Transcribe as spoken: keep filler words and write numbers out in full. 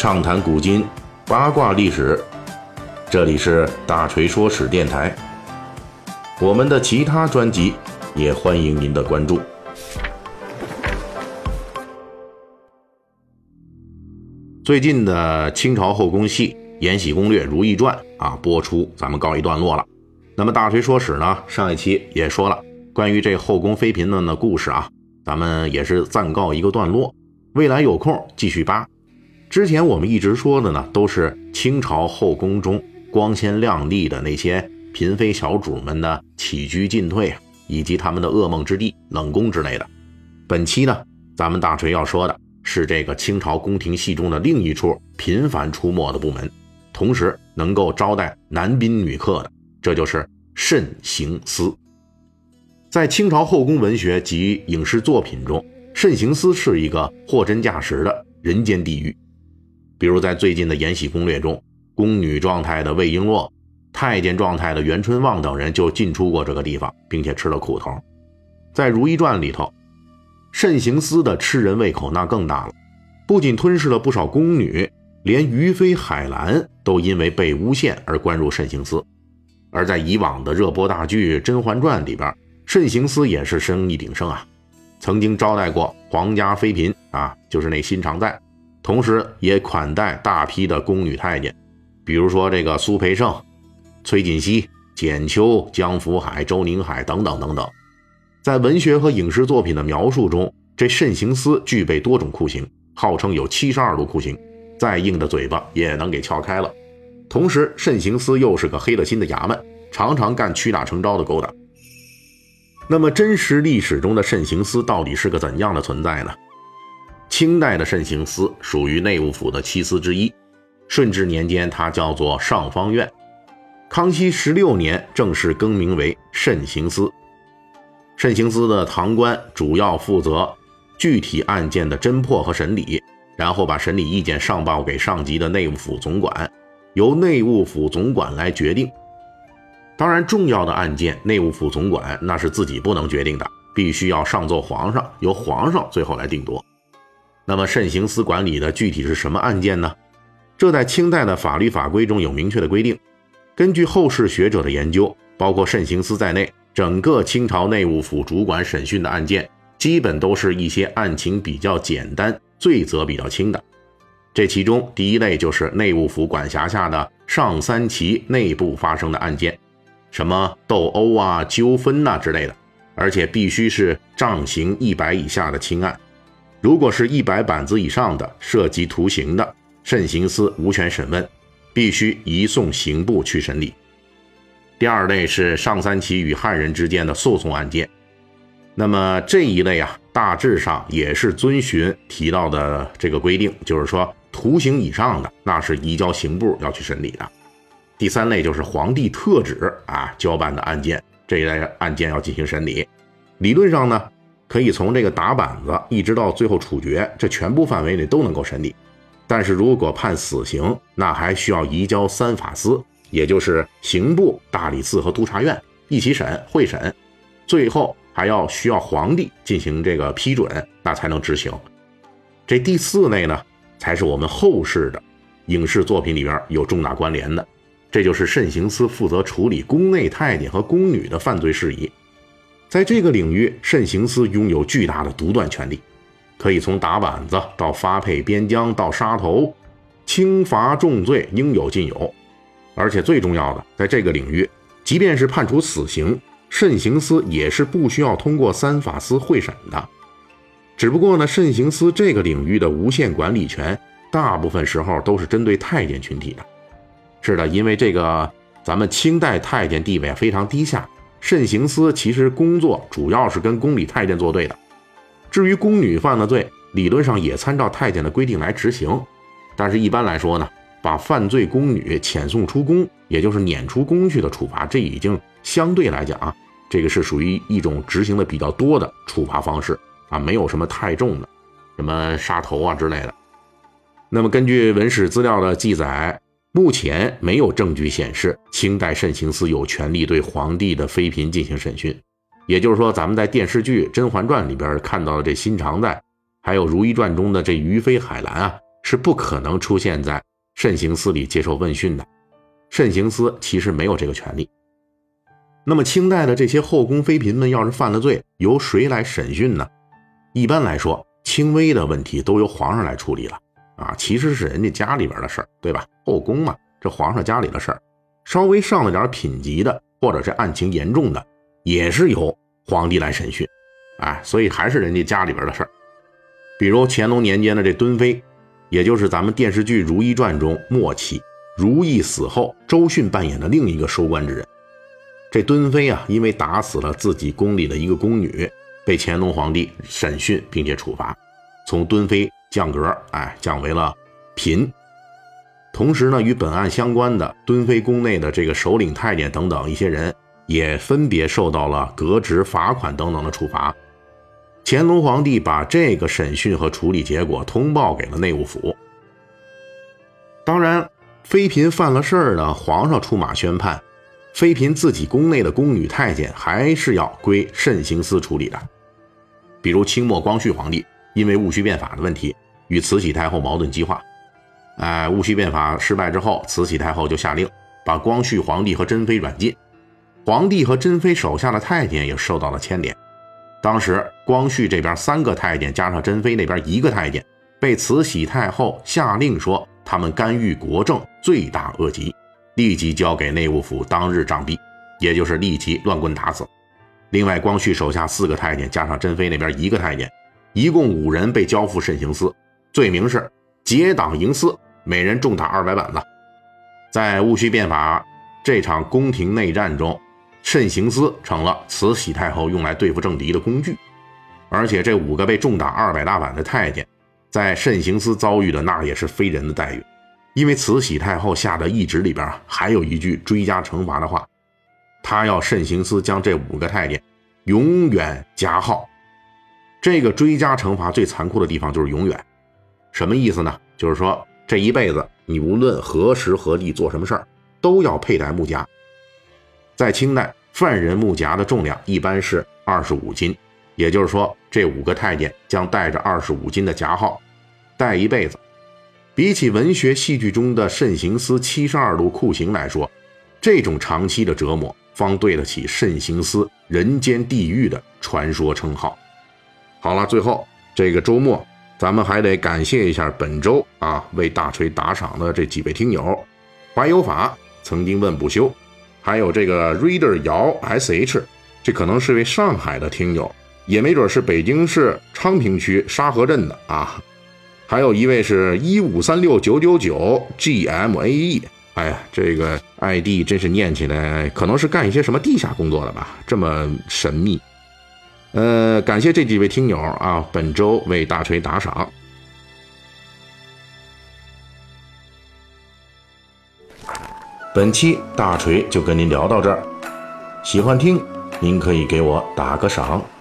畅谈古今，八卦历史。这里是大锤说史电台。我们的其他专辑也欢迎您的关注。最近的清朝后宫戏《延禧攻略·如懿传》啊播出，咱们告一段落了。那么大锤说史呢，上一期也说了关于这后宫妃嫔们的故事啊，咱们也是暂告一个段落，未来有空继续扒。之前我们一直说的呢，都是清朝后宫中光鲜亮丽的那些嫔妃小主们的起居进退，以及他们的噩梦之地冷宫之类的。本期呢，咱们大锤要说的是这个清朝宫廷戏中的另一处频繁出没的部门，同时能够招待男宾女客的，这就是慎刑司。在清朝后宫文学及影视作品中，慎刑司是一个货真价实的人间地狱。比如在最近的《延禧攻略》中，宫女状态的魏璎珞、太监状态的袁春望等人就进出过这个地方，并且吃了苦头。在《如懿传》里头，慎刑司的吃人胃口那更大了，不仅吞噬了不少宫女，连于妃海兰都因为被诬陷而关入慎刑司。而在以往的热播大剧《甄嬛传》里边，慎刑司也是生意鼎盛啊，曾经招待过皇家妃嫔啊，就是那新常在，同时也款待大批的宫女太监，比如说这个苏培盛、崔槿汐、简秋、江福海、周宁海等等等等。在文学和影视作品的描述中，这慎刑司具备多种酷刑，号称有七十二度酷刑，再硬的嘴巴也能给撬开了。同时慎刑司又是个黑了心的衙门，常常干屈打成招的勾当。那么真实历史中的慎刑司到底是个怎样的存在呢？清代的慎刑司属于内务府的七司之一，顺治年间它叫做上方院，康熙十六年正式更名为慎刑司。慎刑司的堂官主要负责具体案件的侦破和审理，然后把审理意见上报给上级的内务府总管，由内务府总管来决定。当然重要的案件内务府总管那是自己不能决定的，必须要上奏皇上，由皇上最后来定夺。那么慎刑司管理的具体是什么案件呢？这在清代的法律法规中有明确的规定。根据后世学者的研究，包括慎刑司在内，整个清朝内务府主管审讯的案件基本都是一些案情比较简单、罪责比较轻的。这其中第一类就是内务府管辖下的上三旗内部发生的案件，什么斗殴啊、纠纷啊之类的，而且必须是杖刑一百以下的轻案。如果是一百板子以上的涉及徒刑的，慎刑司无权审问，必须移送刑部去审理。第二类是上三旗与汉人之间的诉讼案件，那么这一类啊，大致上也是遵循提到的这个规定，就是说徒刑以上的那是移交刑部要去审理的。第三类就是皇帝特旨啊交办的案件，这一类案件要进行审理。理论上呢，可以从这个打板子一直到最后处决，这全部范围内都能够审理。但是如果判死刑，那还需要移交三法司，也就是刑部、大理寺和督察院一起审会审，最后还要需要皇帝进行这个批准，那才能执行。这第四类呢，才是我们后世的影视作品里边有重大关联的，这就是慎刑司负责处理宫内太监和宫女的犯罪事宜。在这个领域，慎刑司拥有巨大的独断权力，可以从打板子到发配边疆到杀头，轻罚重罪应有尽有。而且最重要的，在这个领域，即便是判处死刑，慎刑司也是不需要通过三法司会审的。只不过呢，慎刑司这个领域的无限管理权大部分时候都是针对太监群体的。是的，因为这个咱们清代太监地位非常低下，慎刑司其实工作主要是跟宫里太监作对的。至于宫女犯了罪，理论上也参照太监的规定来执行，但是一般来说呢，把犯罪宫女遣送出宫，也就是撵出宫去的处罚，这已经相对来讲啊，这个是属于一种执行的比较多的处罚方式啊，没有什么太重的，什么杀头啊之类的。那么根据文史资料的记载，目前没有证据显示清代慎刑司有权利对皇帝的妃嫔进行审讯。也就是说，咱们在电视剧《甄嬛传》里边看到的这新常在，还有《如懿传》中的这于妃海兰啊， 是不可能出现在慎刑司里接受问讯的，慎刑司其实没有这个权利。那么清代的这些后宫妃嫔们要是犯了罪，由谁来审讯呢？一般来说，轻微的问题都由皇上来处理了啊，其实是人家家里边的事儿，对吧？后宫嘛，这皇上家里的事儿，稍微上了点品级的，或者是案情严重的，也是由皇帝来审讯，哎，所以还是人家家里边的事儿。比如乾隆年间的这敦妃，也就是咱们电视剧《如懿传》中末期如懿死后周迅扮演的另一个收官之人。这敦妃啊，因为打死了自己宫里的一个宫女，被乾隆皇帝审讯并且处罚，从敦妃降格，哎，降为了嫔。同时呢，与本案相关的敦妃宫内的这个首领太监等等一些人，也分别受到了革职、罚款等等的处罚。乾隆皇帝把这个审讯和处理结果通报给了内务府。当然，妃嫔犯了事儿呢，皇上出马宣判，妃嫔自己宫内的宫女太监还是要归慎刑司处理的。比如清末光绪皇帝因为戊戌变法的问题与慈禧太后矛盾激化，哎，戊戌变法失败之后，慈禧太后就下令把光绪皇帝和珍妃软禁，皇帝和珍妃手下的太监也受到了牵连。当时光绪这边三个太监加上珍妃那边一个太监，被慈禧太后下令说他们干预国政，罪大恶极，立即交给内务府当日杖毙，也就是立即乱棍打死。另外光绪手下四个太监加上珍妃那边一个太监，一共五人被交付慎刑司，罪名是结党营私，每人重打二百板子。在戊戌变法这场宫廷内战中，慎刑司成了慈禧太后用来对付政敌的工具。而且这五个被重打二百大板的太监在慎刑司遭遇的那也是非人的待遇，因为慈禧太后下的懿旨里边还有一句追加惩罚的话，她要慎刑司将这五个太监永远加号。这个追加惩罚最残酷的地方就是永远，什么意思呢？就是说这一辈子你无论何时何地做什么事儿，都要佩戴木夹。在清代，犯人木夹的重量一般是二十五斤，也就是说这五个太监将带着二十五斤的夹号带一辈子。比起文学戏剧中的慎刑司七十二路酷刑来说，这种长期的折磨方对得起慎刑司人间地狱的传说称号。好了，最后这个周末咱们还得感谢一下本周啊为大锤打赏的这几位听友：怀有法、曾经问不休，还有这个 Reader 姚 S H， 这可能是位上海的听友，也没准是北京市昌平区沙河镇的啊。还有一位是一五三六九九九 G M A E， 哎呀，这个 I D 真是念起来可能是干一些什么地下工作的吧，这么神秘。呃，感谢这几位听友啊，本周为大锤打赏。本期大锤就跟您聊到这儿，喜欢听您可以给我打个赏。